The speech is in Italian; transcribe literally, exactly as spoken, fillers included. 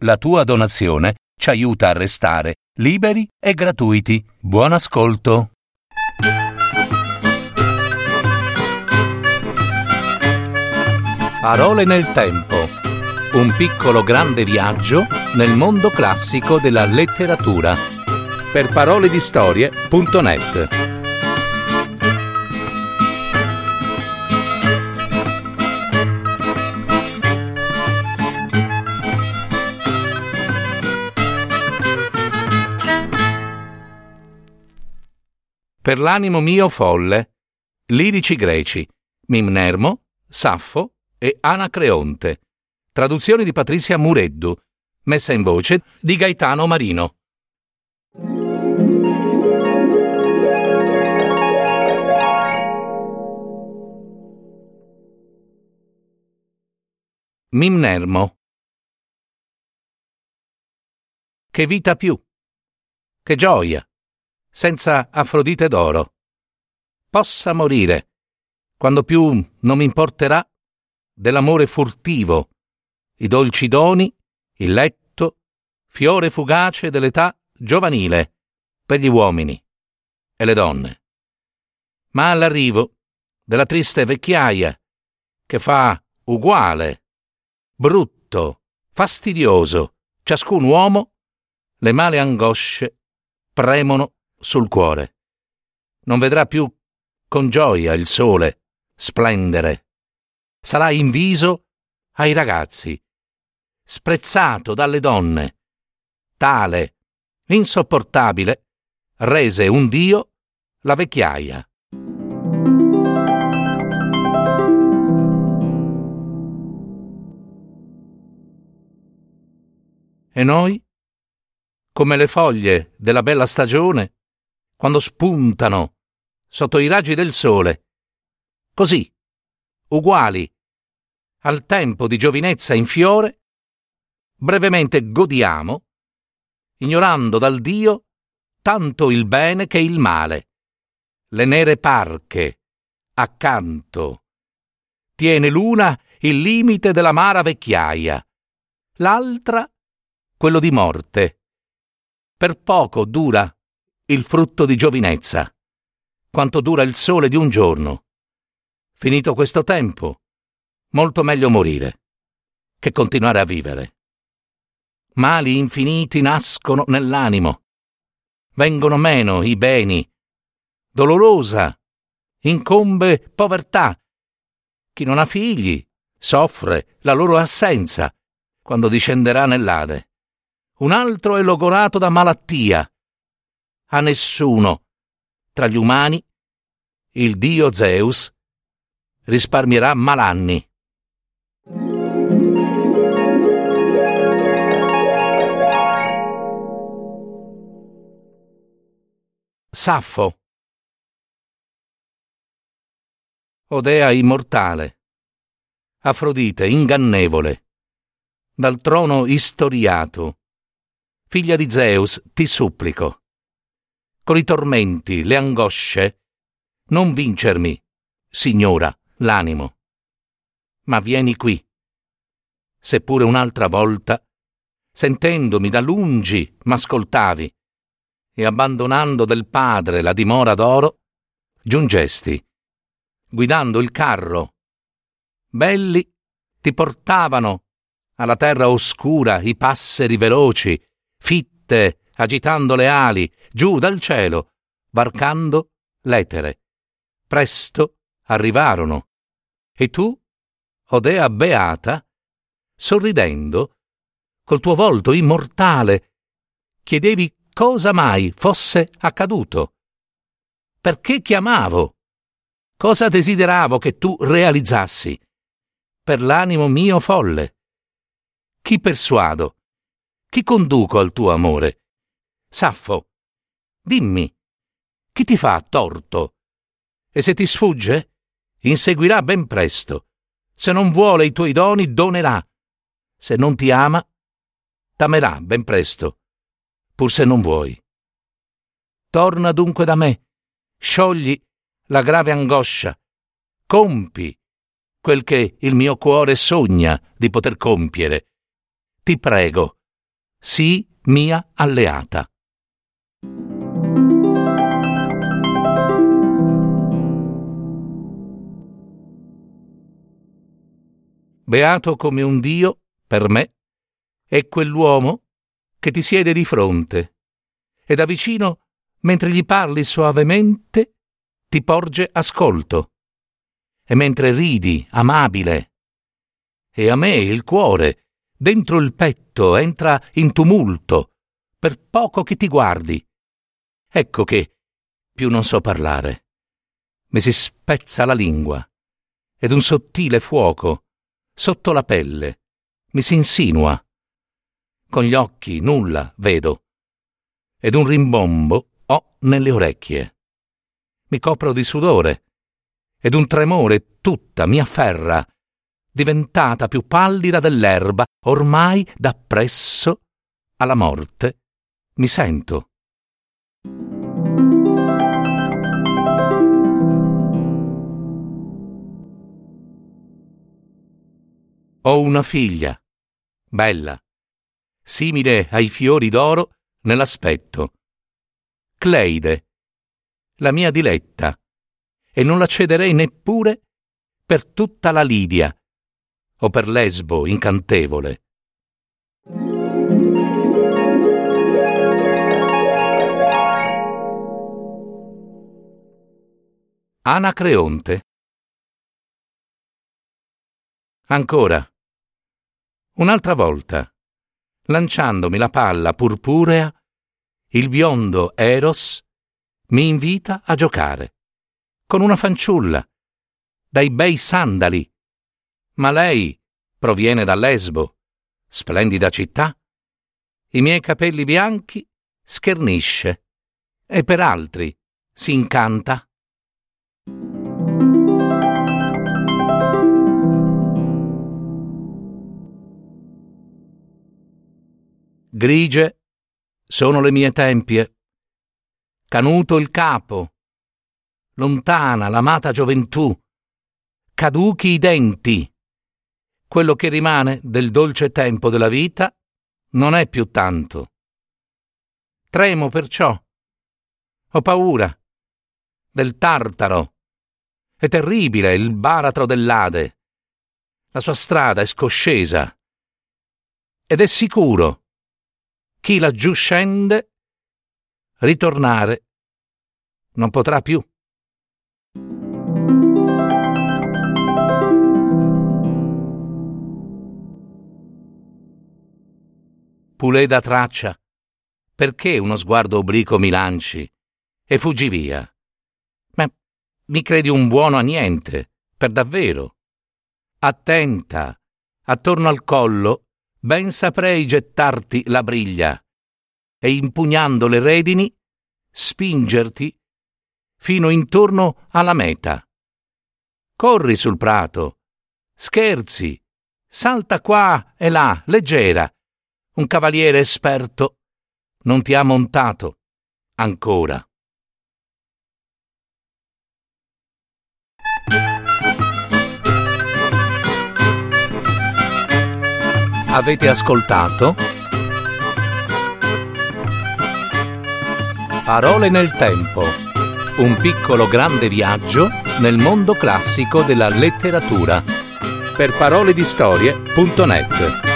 La tua donazione ci aiuta a restare liberi e gratuiti. Buon ascolto. Parole nel tempo. Un piccolo grande viaggio nel mondo classico della letteratura. Per paroledistorie punto net. Per l'animo mio folle. Lirici greci. Mimnermo, Saffo e Anacreonte. Traduzione di Patrizia Mureddu. Messa in voce di Gaetano Marino. Mimnermo. Che vita più, che gioia, senza Afrodite d'oro. Possa morire, quando più non mi importerà dell'amore furtivo, i dolci doni, il letto, fiore fugace dell'età giovanile per gli uomini e le donne. Ma all'arrivo della triste vecchiaia che fa uguale, brutto, fastidioso ciascun uomo, le male angosce premono sul cuore. Non vedrà più con gioia il sole splendere. Sarà inviso ai ragazzi, sprezzato dalle donne. Tale, insopportabile, rese un dio la vecchiaia. E noi, come le foglie della bella stagione, quando spuntano sotto i raggi del sole, così, uguali al tempo di giovinezza in fiore, brevemente godiamo, ignorando dal Dio tanto il bene che il male. Le nere parche, accanto. Tiene l'una il limite dell'amara vecchiaia, l'altra quello di morte. Per poco dura il frutto di giovinezza, quanto dura il sole di un giorno. Finito questo tempo, molto meglio morire che continuare a vivere. Mali infiniti nascono nell'animo, vengono meno i beni, dolorosa incombe povertà. Chi non ha figli soffre la loro assenza quando discenderà nell'Ade. Un altro è logorato da malattia. A nessuno tra gli umani il dio Zeus risparmierà malanni. Saffo. Odea immortale, Afrodite ingannevole, dal trono istoriato, figlia di Zeus, ti supplico, con i tormenti, le angosce, non vincermi, signora, l'animo, ma vieni qui, seppure un'altra volta, sentendomi da lungi m'ascoltavi, e abbandonando del padre la dimora d'oro, giungesti, guidando il carro. Belli ti portavano alla terra oscura i passeri veloci, fitte, agitando le ali, giù dal cielo, varcando l'etere. Presto arrivarono, e tu, Odea beata, sorridendo, col tuo volto immortale, chiedevi cosa mai fosse accaduto. Perché chiamavo? Cosa desideravo che tu realizzassi? Per l'animo mio folle. Chi persuado? Chi conduco al tuo amore? Saffo, dimmi, chi ti fa torto? E se ti sfugge, inseguirà ben presto. Se non vuole i tuoi doni, donerà. Se non ti ama, t'amerà ben presto, pur se non vuoi. Torna dunque da me, sciogli la grave angoscia, compi quel che il mio cuore sogna di poter compiere. Ti prego, sii mia alleata. Beato come un Dio, per me, è quell'uomo che ti siede di fronte e da vicino, mentre gli parli soavemente, ti porge ascolto. E mentre ridi, amabile, e a me il cuore, dentro il petto, entra in tumulto, per poco che ti guardi. Ecco che, più non so parlare, mi si spezza la lingua, ed un sottile fuoco, sotto la pelle, mi si insinua. Con gli occhi nulla vedo, ed un rimbombo ho nelle orecchie. Mi copro di sudore, ed un tremore tutta mi afferra, diventata più pallida dell'erba, ormai dappresso alla morte mi sento. Ho una figlia, bella, simile ai fiori d'oro nell'aspetto. Cleide, la mia diletta, e non la cederei neppure per tutta la Lidia o per Lesbo incantevole. Anacreonte. Ancora, un'altra volta, lanciandomi la palla purpurea, il biondo Eros mi invita a giocare con una fanciulla dai bei sandali, ma lei proviene da Lesbo, splendida città. I miei capelli bianchi schernisce e per altri si incanta. Grigie sono le mie tempie, canuto il capo, lontana l'amata gioventù, caduchi i denti. Quello che rimane del dolce tempo della vita non è più tanto. Tremo perciò, ho paura del Tartaro, è terribile il baratro dell'Ade, la sua strada è scoscesa, ed è sicuro chi laggiù scende, ritornare non potrà più. Puleda traccia, perché uno sguardo obliquo mi lanci e fuggi via? Ma mi credi un buono a niente, per davvero? Attenta, attorno al collo ben saprei gettarti la briglia e impugnando le redini spingerti fino intorno alla meta. Corri sul prato, scherzi, salta qua e là, leggera. Un cavaliere esperto non ti ha montato ancora. Avete ascoltato Parole nel tempo, un piccolo grande viaggio nel mondo classico della letteratura, per paroledistorie punto net.